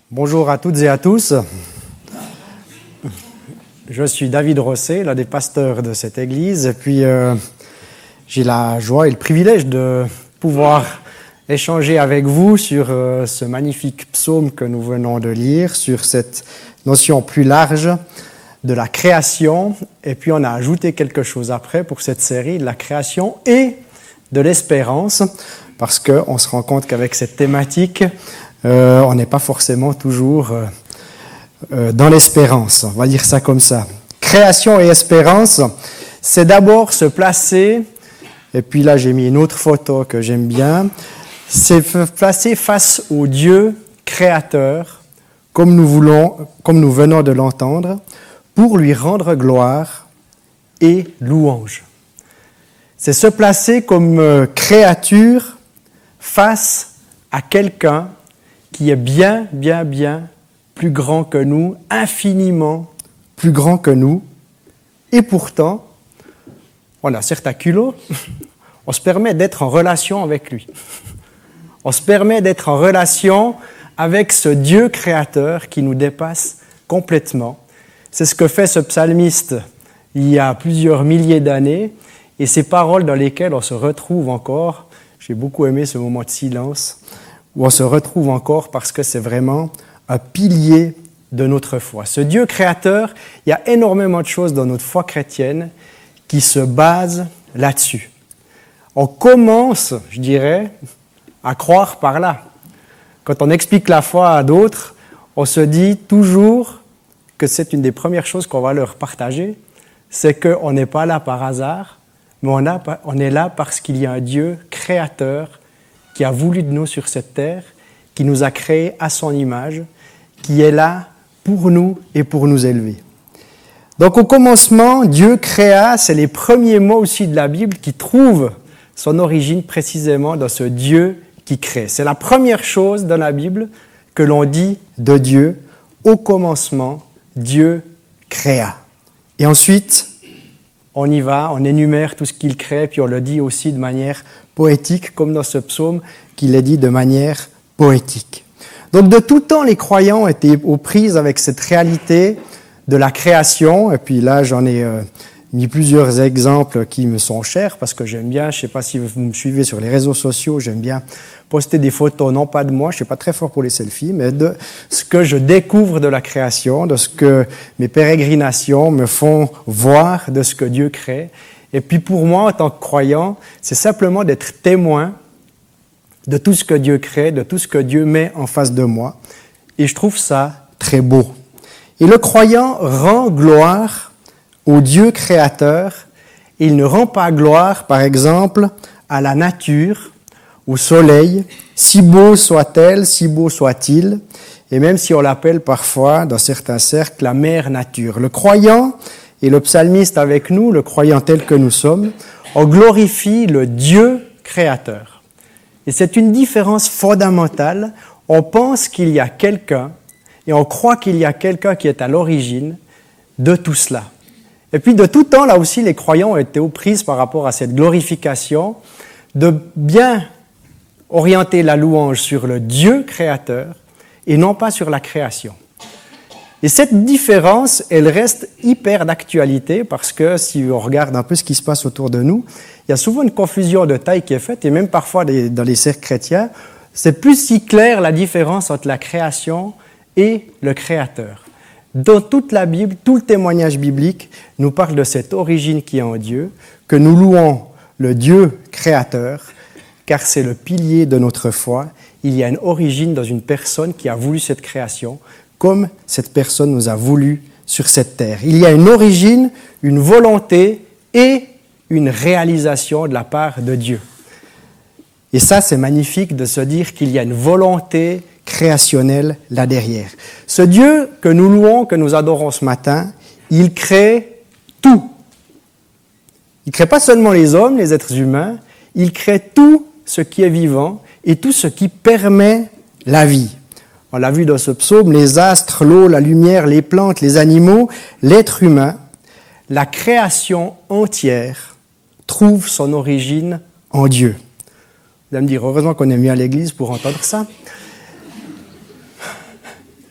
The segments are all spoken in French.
Bonjour à toutes et à tous. Je suis David Rosset, l'un des pasteurs de cette église, et puis j'ai la joie et le privilège de pouvoir échanger avec vous sur ce magnifique psaume que nous venons de lire, sur cette notion plus large de la création, et puis on a ajouté quelque chose après pour cette série, de la création et de l'espérance, parce qu'on se rend compte qu'avec cette thématique, on n'est pas forcément toujours dans l'espérance, on va dire ça comme ça. Création et espérance, c'est d'abord se placer, et puis là j'ai mis une autre photo que j'aime bien, c'est se placer face au Dieu créateur, comme nous venons de l'entendre, pour lui rendre gloire et louange. C'est se placer comme créature face à quelqu'un qui est bien plus grand que nous, infiniment plus grand que nous, et pourtant, on a certains culots, on se permet d'être en relation avec lui. On se permet d'être en relation avec ce Dieu créateur qui nous dépasse complètement. C'est ce que fait ce psalmiste il y a plusieurs milliers d'années, et ces paroles dans lesquelles on se retrouve encore, j'ai beaucoup aimé ce moment de silence, où on se retrouve encore parce que c'est vraiment un pilier de notre foi. Ce Dieu créateur, il y a énormément de choses dans notre foi chrétienne qui se basent là-dessus. On commence, je dirais, à croire par là. Quand on explique la foi à d'autres, on se dit toujours que c'est une des premières choses qu'on va leur partager, c'est qu'on n'est pas là par hasard, mais on est là parce qu'il y a un Dieu créateur qui a voulu de nous sur cette terre, qui nous a créés à son image, qui est là pour nous et pour nous élever. Donc au commencement, Dieu créa, c'est les premiers mots aussi de la Bible qui trouvent son origine précisément dans ce Dieu qui crée. C'est la première chose dans la Bible que l'on dit de Dieu. Au commencement, Dieu créa. Et ensuite, on y va, on énumère tout ce qu'il crée, puis on le dit aussi de manière poétique, comme dans ce psaume, qu'il est dit de manière poétique. Donc de tout temps, les croyants étaient aux prises avec cette réalité de la création, et puis là, j'en ai mis plusieurs exemples qui me sont chers, parce que j'aime bien, je ne sais pas si vous me suivez sur les réseaux sociaux, j'aime bien poster des photos, non pas de moi, je ne suis pas très fort pour les selfies, mais de ce que je découvre de la création, de ce que mes pérégrinations me font voir de ce que Dieu crée. Et puis pour moi, en tant que croyant, c'est simplement d'être témoin de tout ce que Dieu crée, de tout ce que Dieu met en face de moi. Et je trouve ça très beau. Et le croyant rend gloire au Dieu créateur. Il ne rend pas gloire, par exemple, à la nature, au soleil, si beau soit-elle, si beau soit-il, et même si on l'appelle parfois, dans certains cercles, la mère nature. Le croyant, et le psalmiste avec nous, le croyant tel que nous sommes, on glorifie le Dieu créateur. Et c'est une différence fondamentale. On pense qu'il y a quelqu'un, et on croit qu'il y a quelqu'un qui est à l'origine de tout cela. Et puis de tout temps, là aussi, les croyants ont été aux prises par rapport à cette glorification, de bien orienter la louange sur le Dieu créateur et non pas sur la création. Et cette différence, elle reste hyper d'actualité parce que si on regarde un peu ce qui se passe autour de nous, il y a souvent une confusion de taille qui est faite et même parfois dans les cercles chrétiens, c'est plus si clair la différence entre la création et le créateur. Dans toute la Bible, tout le témoignage biblique nous parle de cette origine qui est en Dieu, que nous louons le Dieu créateur, car c'est le pilier de notre foi. Il y a une origine dans une personne qui a voulu cette création, comme cette personne nous a voulu sur cette terre. Il y a une origine, une volonté et une réalisation de la part de Dieu. Et ça, c'est magnifique de se dire qu'il y a une volonté créationnelle là derrière. Ce Dieu que nous louons, que nous adorons ce matin, il crée tout. Il ne crée pas seulement les hommes, les êtres humains, il crée tout ce qui est vivant et tout ce qui permet la vie. On l'a vu dans ce psaume, les astres, l'eau, la lumière, les plantes, les animaux, l'être humain, la création entière trouve son origine en Dieu. Vous allez me dire, heureusement qu'on est venu à l'église pour entendre ça.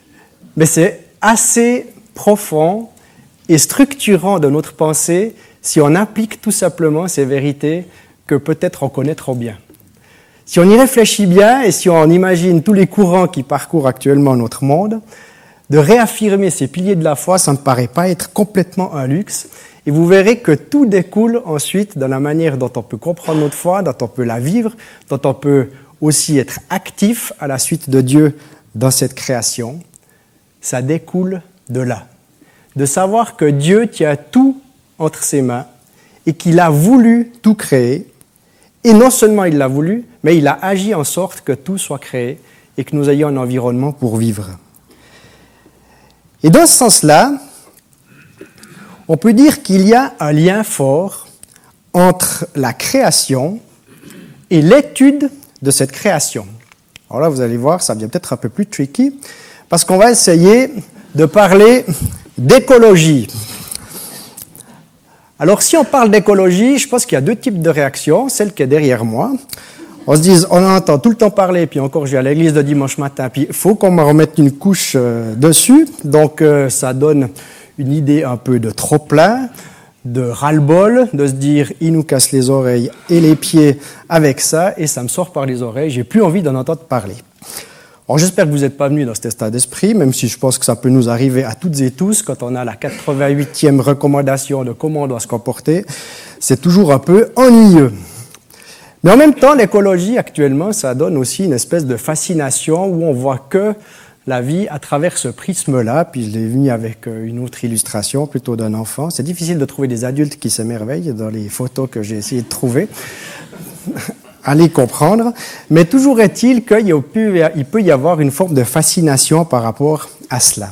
mais c'est assez profond et structurant de notre pensée si on applique tout simplement ces vérités que peut-être on connaît trop bien. Si on y réfléchit bien et si on imagine tous les courants qui parcourent actuellement notre monde, de réaffirmer ces piliers de la foi, ça ne me paraît pas être complètement un luxe. Et vous verrez que tout découle ensuite de la manière dont on peut comprendre notre foi, dont on peut la vivre, dont on peut aussi être actif à la suite de Dieu dans cette création. Ça découle de là. De savoir que Dieu tient tout entre ses mains et qu'il a voulu tout créer. Et non seulement il l'a voulu, mais il a agi en sorte que tout soit créé et que nous ayons un environnement pour vivre. Et dans ce sens-là, on peut dire qu'il y a un lien fort entre la création et l'étude de cette création. Alors là, vous allez voir, ça devient peut-être un peu plus tricky, parce qu'on va essayer de parler d'écologie. Alors, si on parle d'écologie, je pense qu'il y a deux types de réactions, celle qui est derrière moi. On se dit, on entend tout le temps parler, puis encore, je vais à l'église de dimanche matin, puis il faut qu'on me remette une couche dessus. Donc, ça donne une idée un peu de trop-plein, de ras-le-bol, de se dire, il nous casse les oreilles et les pieds avec ça, et ça me sort par les oreilles, j'ai plus envie d'en entendre parler. Alors, j'espère que vous n'êtes pas venus dans cet état d'esprit, même si je pense que ça peut nous arriver à toutes et tous, quand on a la 88e recommandation de comment on doit se comporter, c'est toujours un peu ennuyeux. Mais en même temps, l'écologie, actuellement, ça donne aussi une espèce de fascination où on voit que la vie à travers ce prisme-là, puis je l'ai mis avec une autre illustration, plutôt d'un enfant. C'est difficile de trouver des adultes qui s'émerveillent dans les photos que j'ai essayé de trouver. Allez comprendre. Mais toujours est-il qu'il peut y avoir une forme de fascination par rapport à cela.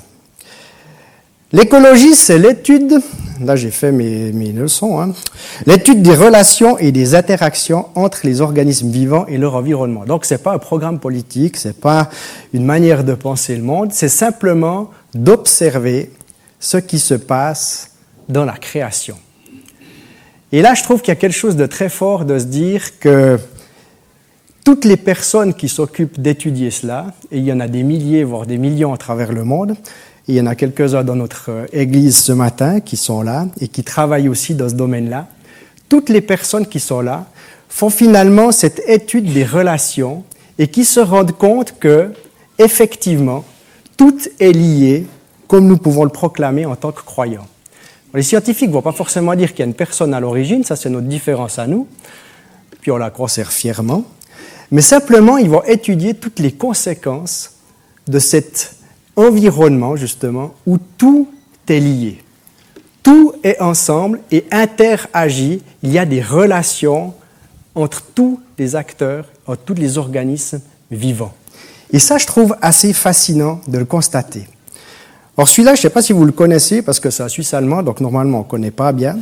L'écologie, c'est l'étude, là j'ai fait mes leçons, l'étude des relations et des interactions entre les organismes vivants et leur environnement. Donc ce n'est pas un programme politique, ce n'est pas une manière de penser le monde, c'est simplement d'observer ce qui se passe dans la création. Et là je trouve qu'il y a quelque chose de très fort de se dire que toutes les personnes qui s'occupent d'étudier cela, et il y en a des milliers, voire des millions à travers le monde, il y en a quelques-uns dans notre église ce matin qui sont là et qui travaillent aussi dans ce domaine-là. Toutes les personnes qui sont là font finalement cette étude des relations et qui se rendent compte que, effectivement, tout est lié, comme nous pouvons le proclamer en tant que croyants. Les scientifiques ne vont pas forcément dire qu'il y a une personne à l'origine, ça c'est notre différence à nous, puis on la conserve fièrement, mais simplement ils vont étudier toutes les conséquences de cet environnement, justement, où tout est lié. Tout est ensemble et interagit. Il y a des relations entre tous les acteurs, entre tous les organismes vivants. Et ça, je trouve assez fascinant de le constater. Or, celui-là, je ne sais pas si vous le connaissez, parce que c'est un Suisse-allemand, donc normalement, on ne connaît pas bien.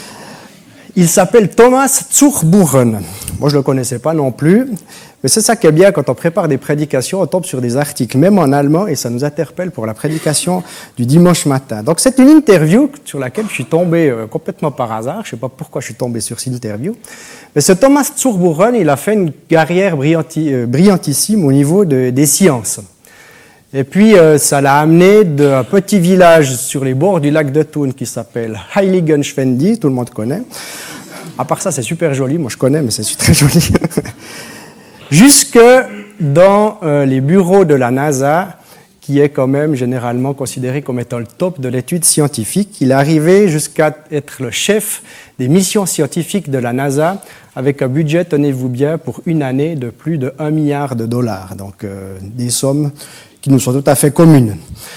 Il s'appelle Thomas Zurbuchen. Moi, je ne le connaissais pas non plus. Mais c'est ça qui est bien, quand on prépare des prédications, on tombe sur des articles, même en allemand, et ça nous interpelle pour la prédication du dimanche matin. Donc c'est une interview sur laquelle je suis tombé complètement par hasard, je ne sais pas pourquoi je suis tombé sur cette interview, mais ce Thomas Zurbuchen, il a fait une carrière brillantissime au niveau des sciences. Et puis ça l'a amené d'un petit village sur les bords du lac de Thun qui s'appelle Heiligenschwendi, tout le monde connaît. À part ça, c'est super joli, moi je connais, mais c'est très joli. Jusque dans les bureaux de la NASA, qui est quand même généralement considéré comme étant le top de l'étude scientifique. Il est arrivé jusqu'à être le chef des missions scientifiques de la NASA, avec un budget, tenez-vous bien, pour une année de plus de 1 milliard de dollars. Donc des sommes qui nous sont tout à fait communes.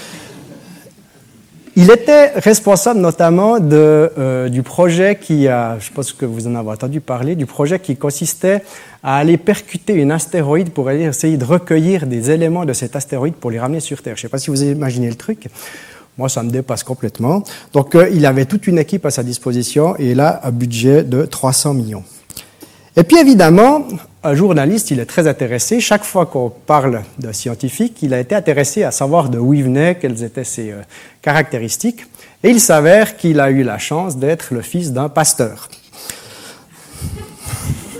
Il était responsable notamment du projet je pense que vous en avez entendu parler, du projet qui consistait à aller percuter une astéroïde pour aller essayer de recueillir des éléments de cet astéroïde pour les ramener sur Terre. Je ne sais pas si vous imaginez le truc. Moi, ça me dépasse complètement. Donc, il avait toute une équipe à sa disposition et là, un budget de 300 millions. Et puis, évidemment, un journaliste, il est très intéressé. Chaque fois qu'on parle d'un scientifique, il a été intéressé à savoir d'où il venait, quelles étaient ses caractéristiques. Et il s'avère qu'il a eu la chance d'être le fils d'un pasteur.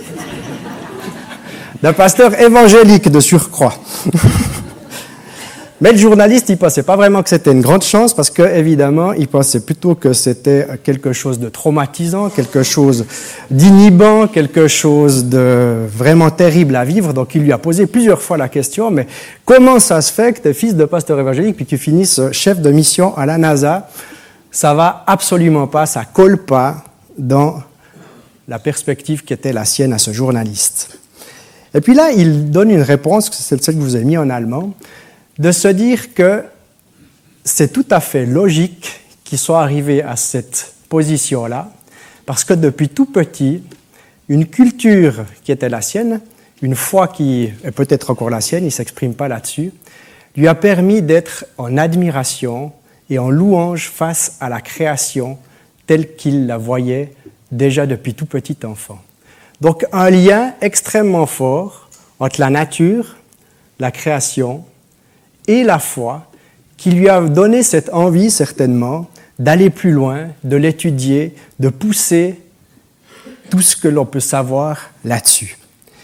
D'un pasteur évangélique de surcroît. Mais le journaliste, il pensait pas vraiment que c'était une grande chance parce que, évidemment, il pensait plutôt que c'était quelque chose de traumatisant, quelque chose d'inhibant, quelque chose de vraiment terrible à vivre. Donc, il lui a posé plusieurs fois la question, mais comment ça se fait que tu es fils de pasteur évangélique puis que tu finisses chef de mission à la NASA? Ça va absolument pas, ça colle pas dans la perspective qui était la sienne à ce journaliste. Et puis là, il donne une réponse, c'est celle que je vous ai mis en allemand, de se dire que c'est tout à fait logique qu'ils soient arrivés à cette position-là, parce que depuis tout petit, une culture qui était la sienne, une foi qui est peut-être encore la sienne, il ne s'exprime pas là-dessus, lui a permis d'être en admiration et en louange face à la création telle qu'il la voyait déjà depuis tout petit enfant. Donc un lien extrêmement fort entre la nature, la création et la foi, qui lui a donné cette envie, certainement, d'aller plus loin, de l'étudier, de pousser tout ce que l'on peut savoir là-dessus.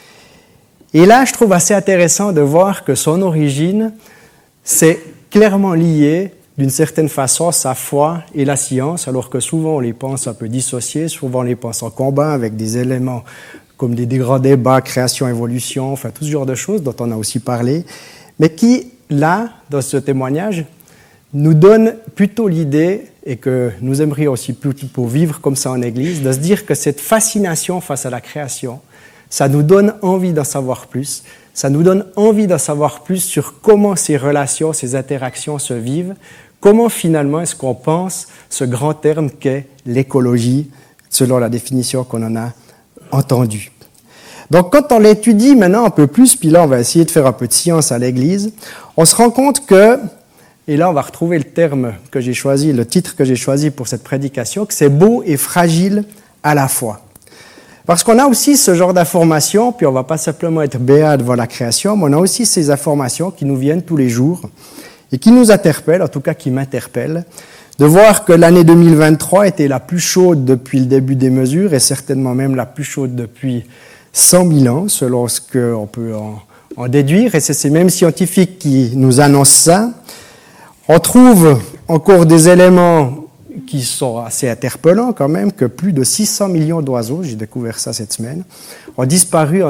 Et là, je trouve assez intéressant de voir que son origine, c'est clairement lié, d'une certaine façon, sa foi et la science, alors que souvent on les pense un peu dissociés, souvent on les pense en combat avec des éléments comme des grands débats, création, évolution, enfin tout ce genre de choses dont on a aussi parlé, mais qui, là, dans ce témoignage, nous donne plutôt l'idée, et que nous aimerions aussi pour vivre comme ça en Église, de se dire que cette fascination face à la création, ça nous donne envie d'en savoir plus, ça nous donne envie d'en savoir plus sur comment ces relations, ces interactions se vivent, comment finalement est-ce qu'on pense ce grand terme qu'est l'écologie, selon la définition qu'on en a entendue. Donc, quand on l'étudie maintenant un peu plus, puis là, on va essayer de faire un peu de science à l'Église, on se rend compte que, et là, on va retrouver le terme que j'ai choisi, le titre que j'ai choisi pour cette prédication, que c'est beau et fragile à la fois. Parce qu'on a aussi ce genre d'informations, puis on ne va pas simplement être béat devant la création, mais on a aussi ces informations qui nous viennent tous les jours et qui nous interpellent, en tout cas qui m'interpellent, de voir que l'année 2023 était la plus chaude depuis le début des mesures et certainement même la plus chaude depuis 100 000 ans, selon ce qu'on peut en déduire, et c'est ces mêmes scientifiques qui nous annoncent ça. On trouve encore des éléments qui sont assez interpellants quand même, que plus de 600 millions d'oiseaux, j'ai découvert ça cette semaine, ont disparu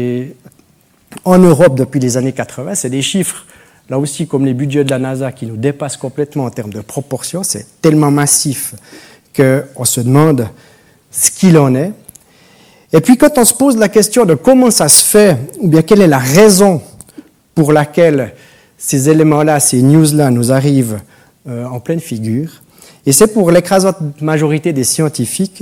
en Europe depuis les années 80. C'est des chiffres, là aussi, comme les budgets de la NASA, qui nous dépassent complètement en termes de proportion. C'est tellement massif qu'on se demande ce qu'il en est. Et puis quand on se pose la question de comment ça se fait, ou bien quelle est la raison pour laquelle ces éléments-là, ces news-là nous arrivent en pleine figure, et c'est pour l'écrasante majorité des scientifiques,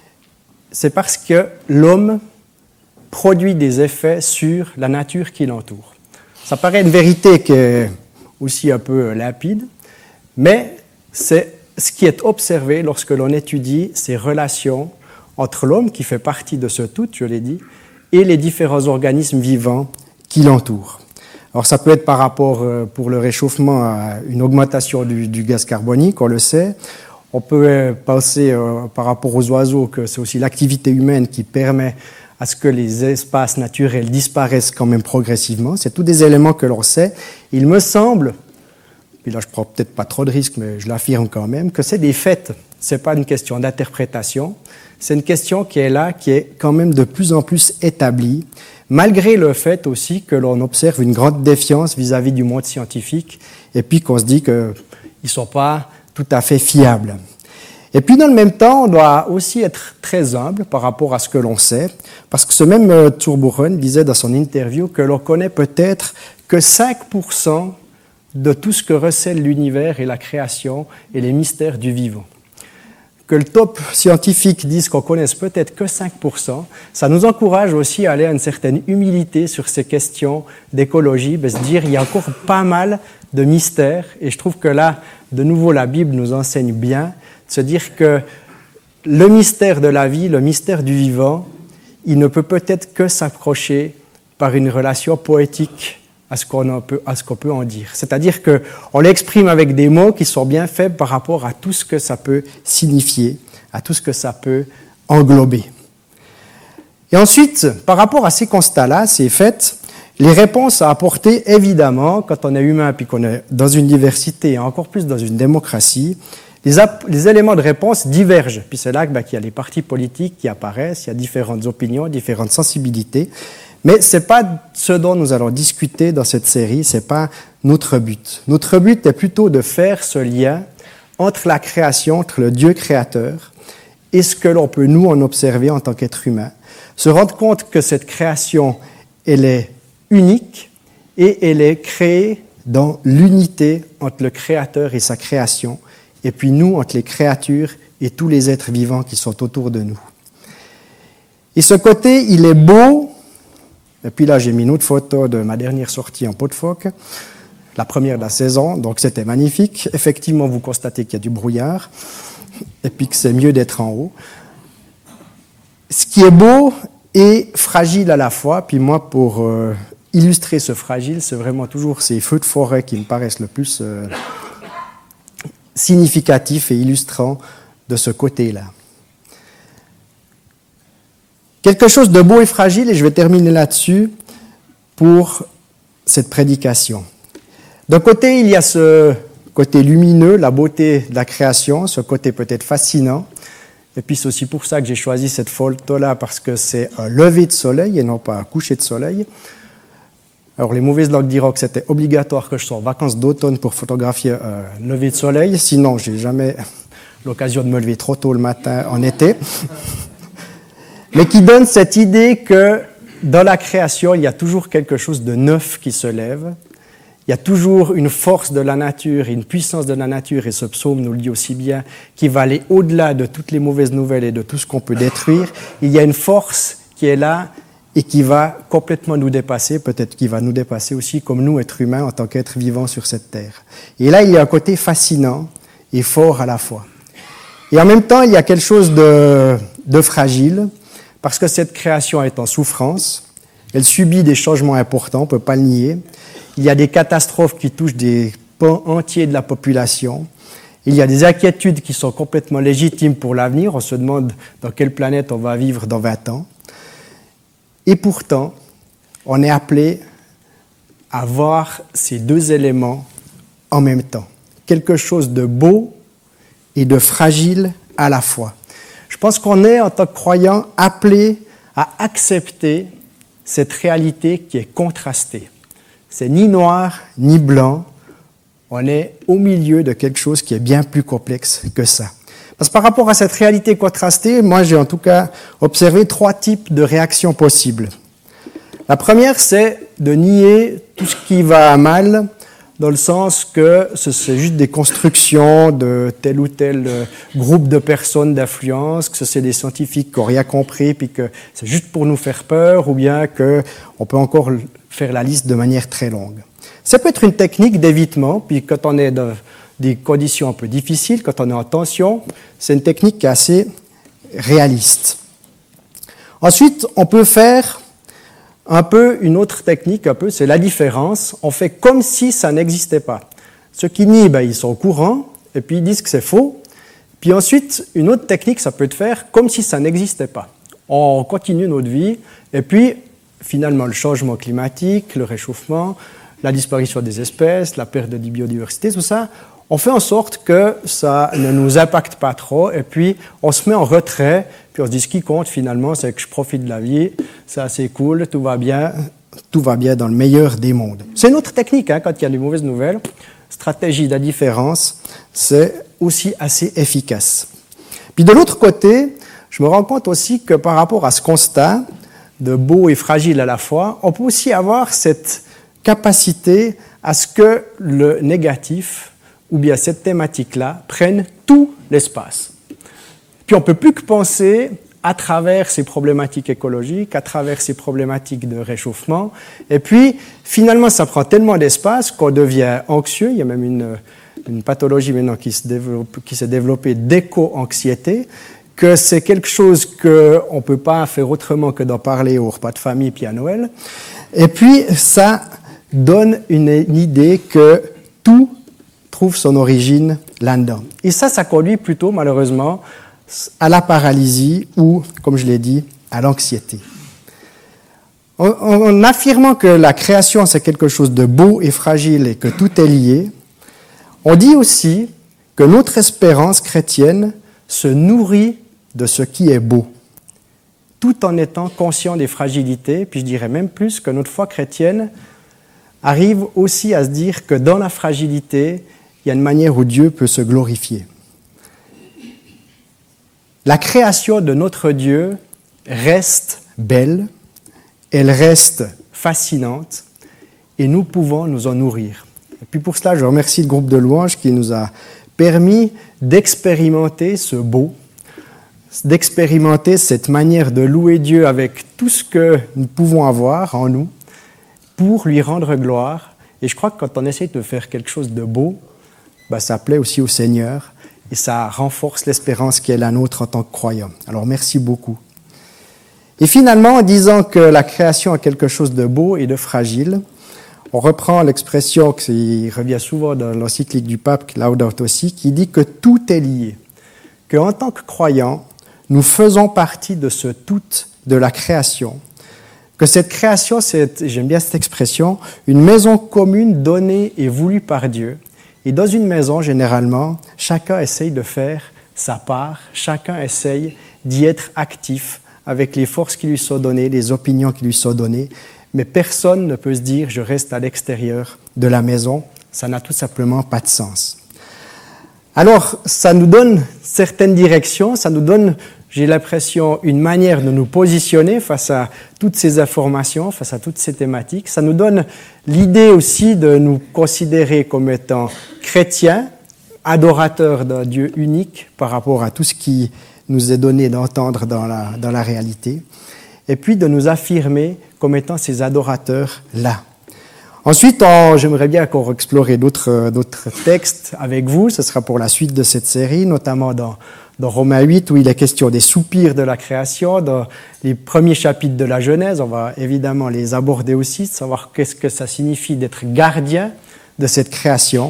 c'est parce que l'homme produit des effets sur la nature qui l'entoure. Ça paraît une vérité qui est aussi un peu limpide, mais c'est ce qui est observé lorsque l'on étudie ces relations entre l'homme, qui fait partie de ce tout, je l'ai dit, et les différents organismes vivants qui l'entourent. Alors ça peut être par rapport, pour le réchauffement, à une augmentation du gaz carbonique, on le sait. On peut penser par rapport aux oiseaux que c'est aussi l'activité humaine qui permet à ce que les espaces naturels disparaissent quand même progressivement. C'est tous des éléments que l'on sait. Il me semble, puis là je prends peut-être pas trop de risques, mais je l'affirme quand même, que c'est des faits. C'est pas une question d'interprétation. C'est une question qui est là, qui est quand même de plus en plus établie, malgré le fait aussi que l'on observe une grande défiance vis-à-vis du monde scientifique, et puis qu'on se dit qu'ils ne sont pas tout à fait fiables. Et puis dans le même temps, on doit aussi être très humble par rapport à ce que l'on sait, parce que ce même Turburen disait dans son interview que l'on connaît peut-être que 5% de tout ce que recèle l'univers et la création et les mystères du vivant. Que le top scientifique dise qu'on connaisse peut-être que 5%, ça nous encourage aussi à aller à une certaine humilité sur ces questions d'écologie, se dire il y a encore pas mal de mystères, et je trouve que là, de nouveau, la Bible nous enseigne bien, de se dire que le mystère de la vie, le mystère du vivant, il ne peut peut-être que s'approcher par une relation poétique à ce qu'on peut en dire. C'est-à-dire qu'on l'exprime avec des mots qui sont bien faibles par rapport à tout ce que ça peut signifier, à tout ce que ça peut englober. Et ensuite, par rapport à ces constats-là, ces faits, Les réponses à apporter, évidemment, quand on est humain puis qu'on est dans une diversité et encore plus dans une démocratie, les éléments de réponse divergent. Puis c'est là qu'il y a les partis politiques qui apparaissent, il y a différentes opinions, différentes sensibilités. Mais ce n'est pas ce dont nous allons discuter dans cette série, ce n'est pas notre but. Notre but est plutôt de faire ce lien entre la création, entre le Dieu créateur et ce que l'on peut nous en observer en tant qu'être humain. Se rendre compte que cette création, elle est unique et elle est créée dans l'unité entre le créateur et sa création, et puis nous, entre les créatures et tous les êtres vivants qui sont autour de nous. Et ce côté, il est beau. Et puis là, j'ai mis une autre photo de ma dernière sortie en pot de phoque, la première de la saison, donc c'était magnifique. Effectivement, vous constatez qu'il y a du brouillard, et puis que c'est mieux d'être en haut. Ce qui est beau et fragile à la fois, puis moi, pour illustrer ce fragile, c'est vraiment toujours ces feux de forêt qui me paraissent le plus significatifs et illustrants de ce côté-là. Quelque chose de beau et fragile, et je vais terminer là-dessus pour cette prédication. D'un côté, il y a ce côté lumineux, la beauté de la création, ce côté peut-être fascinant. Et puis c'est aussi pour ça que j'ai choisi cette photo-là, parce que c'est un lever de soleil et non pas un coucher de soleil. Alors les mauvaises langues diront que c'était obligatoire que je sois en vacances d'automne pour photographier un lever de soleil, sinon j'ai jamais l'occasion de me lever trop tôt le matin en été. Mais qui donne cette idée que dans la création, il y a toujours quelque chose de neuf qui se lève. Il y a toujours une force de la nature, une puissance de la nature, et ce psaume nous le dit aussi bien, qui va aller au-delà de toutes les mauvaises nouvelles et de tout ce qu'on peut détruire. Il y a une force qui est là et qui va complètement nous dépasser, peut-être qui va nous dépasser aussi comme nous, êtres humains, en tant qu'êtres vivants sur cette terre. Et là, il y a un côté fascinant et fort à la fois. Et en même temps, il y a quelque chose de fragile, parce que cette création est en souffrance, elle subit des changements importants, on ne peut pas le nier. Il y a des catastrophes qui touchent des pans entiers de la population. Il y a des inquiétudes qui sont complètement légitimes pour l'avenir. On se demande dans quelle planète on va vivre dans 20 ans. Et pourtant, on est appelé à voir ces deux éléments en même temps. Quelque chose de beau et de fragile à la fois. Je pense qu'on est, en tant que croyants, appelés à accepter cette réalité qui est contrastée. C'est ni noir, ni blanc. On est au milieu de quelque chose qui est bien plus complexe que ça. Parce que par rapport à cette réalité contrastée, moi j'ai en tout cas observé 3 types de réactions possibles. La première, c'est de nier tout ce qui va mal, dans le sens que c'est juste des constructions de tel ou tel groupe de personnes d'influence, que c'est des scientifiques qui n'ont rien compris, puis que c'est juste pour nous faire peur, ou bien qu'on peut encore faire la liste de manière très longue. Ça peut être une technique d'évitement, puis quand on est dans des conditions un peu difficiles, quand on est en tension, c'est une technique qui est assez réaliste. Ensuite, on peut faire un peu une autre technique, c'est la différence. On fait comme si ça n'existait pas. Ceux qui nient, ils sont au courant, et puis ils disent que c'est faux. Puis ensuite, une autre technique, ça peut être faire comme si ça n'existait pas. On continue notre vie, et puis finalement le changement climatique, le réchauffement, la disparition des espèces, la perte de biodiversité, tout ça, on fait en sorte que ça ne nous impacte pas trop, et puis on se met en retrait, puis on se dit ce qui compte finalement, c'est que je profite de la vie, c'est assez cool, tout va bien dans le meilleur des mondes. C'est une autre technique, quand il y a des mauvaises nouvelles, stratégie d'indifférence, c'est aussi assez efficace. Puis de l'autre côté, je me rends compte aussi que par rapport à ce constat de beau et fragile à la fois, on peut aussi avoir cette capacité à ce que le négatif, ou bien cette thématique-là, prenne tout l'espace. Puis on ne peut plus que penser à travers ces problématiques écologiques, à travers ces problématiques de réchauffement, et puis finalement ça prend tellement d'espace qu'on devient anxieux. Il y a même une pathologie maintenant qui s'est développée d'éco-anxiété, que c'est quelque chose qu'on ne peut pas faire autrement que d'en parler au repas de famille puis à Noël. Et puis ça donne une idée que tout trouve son origine là-dedans. Et ça conduit plutôt, malheureusement, à la paralysie ou, comme je l'ai dit, à l'anxiété. En affirmant que la création, c'est quelque chose de beau et fragile et que tout est lié, on dit aussi que notre espérance chrétienne se nourrit de ce qui est beau, tout en étant conscient des fragilités, puis je dirais même plus que notre foi chrétienne arrive aussi à se dire que dans la fragilité, il y a une manière où Dieu peut se glorifier. La création de notre Dieu reste belle, elle reste fascinante et nous pouvons nous en nourrir. Et puis pour cela, je remercie le groupe de louanges qui nous a permis d'expérimenter ce beau, d'expérimenter cette manière de louer Dieu avec tout ce que nous pouvons avoir en nous pour lui rendre gloire. Et je crois que quand on essaie de faire quelque chose de beau, ça plaît aussi au Seigneur et ça renforce l'espérance qui est la nôtre en tant que croyants. Alors merci beaucoup. Et finalement, en disant que la création est quelque chose de beau et de fragile, on reprend l'expression qui revient souvent dans l'encyclique du pape, Laudato Si, qui dit que tout est lié, qu'en tant que croyants, nous faisons partie de ce tout de la création, que cette création, c'est, j'aime bien cette expression, une maison commune donnée et voulue par Dieu. Et dans une maison, généralement, chacun essaye de faire sa part, chacun essaye d'y être actif, avec les forces qui lui sont données, les opinions qui lui sont données, mais personne ne peut se dire « je reste à l'extérieur de la maison », ça n'a tout simplement pas de sens. Alors, ça nous donne certaines directions, ça nous donne, j'ai l'impression, une manière de nous positionner face à toutes ces informations, face à toutes ces thématiques. Ça nous donne l'idée aussi de nous considérer comme étant chrétiens, adorateurs d'un Dieu unique par rapport à tout ce qui nous est donné d'entendre dans la réalité, et puis de nous affirmer comme étant ces adorateurs-là. Ensuite, j'aimerais bien qu'on explorer d'autres textes avec vous, ce sera pour la suite de cette série, notamment dans Romains 8, où il est question des soupirs de la création, dans les premiers chapitres de la Genèse, on va évidemment les aborder aussi, de savoir qu'est-ce que ça signifie d'être gardien de cette création,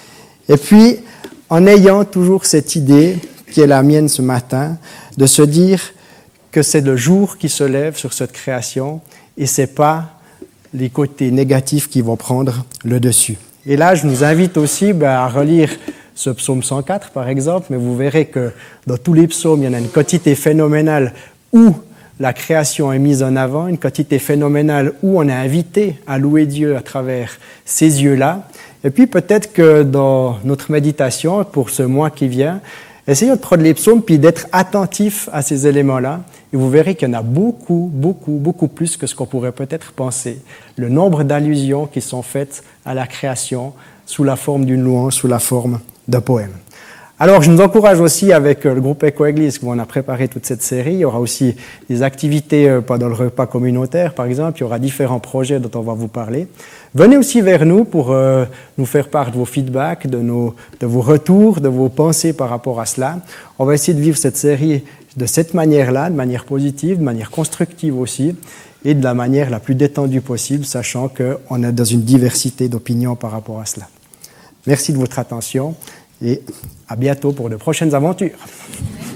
et puis en ayant toujours cette idée qui est la mienne ce matin, de se dire que c'est le jour qui se lève sur cette création et ce n'est pas les côtés négatifs qui vont prendre le dessus. Et là, je nous invite aussi à relire ce psaume 104, par exemple, mais vous verrez que dans tous les psaumes, il y en a une quantité phénoménale où la création est mise en avant, une quantité phénoménale où on est invité à louer Dieu à travers ces yeux-là. Et puis peut-être que dans notre méditation, pour ce mois qui vient, essayons de prendre les psaumes puis d'être attentifs à ces éléments-là et vous verrez qu'il y en a beaucoup, beaucoup, beaucoup plus que ce qu'on pourrait peut-être penser. Le nombre d'allusions qui sont faites à la création sous la forme d'une louange, sous la forme d'un poème. Alors, je nous encourage aussi avec le groupe Éco-Église, où on a préparé toute cette série. Il y aura aussi des activités pendant le repas communautaire, par exemple. Il y aura différents projets dont on va vous parler. Venez aussi vers nous pour nous faire part de vos feedbacks, de vos retours, de vos pensées par rapport à cela. On va essayer de vivre cette série de cette manière-là, de manière positive, de manière constructive aussi, et de la manière la plus détendue possible, sachant qu'on est dans une diversité d'opinions par rapport à cela. Merci de votre attention et à bientôt pour de prochaines aventures.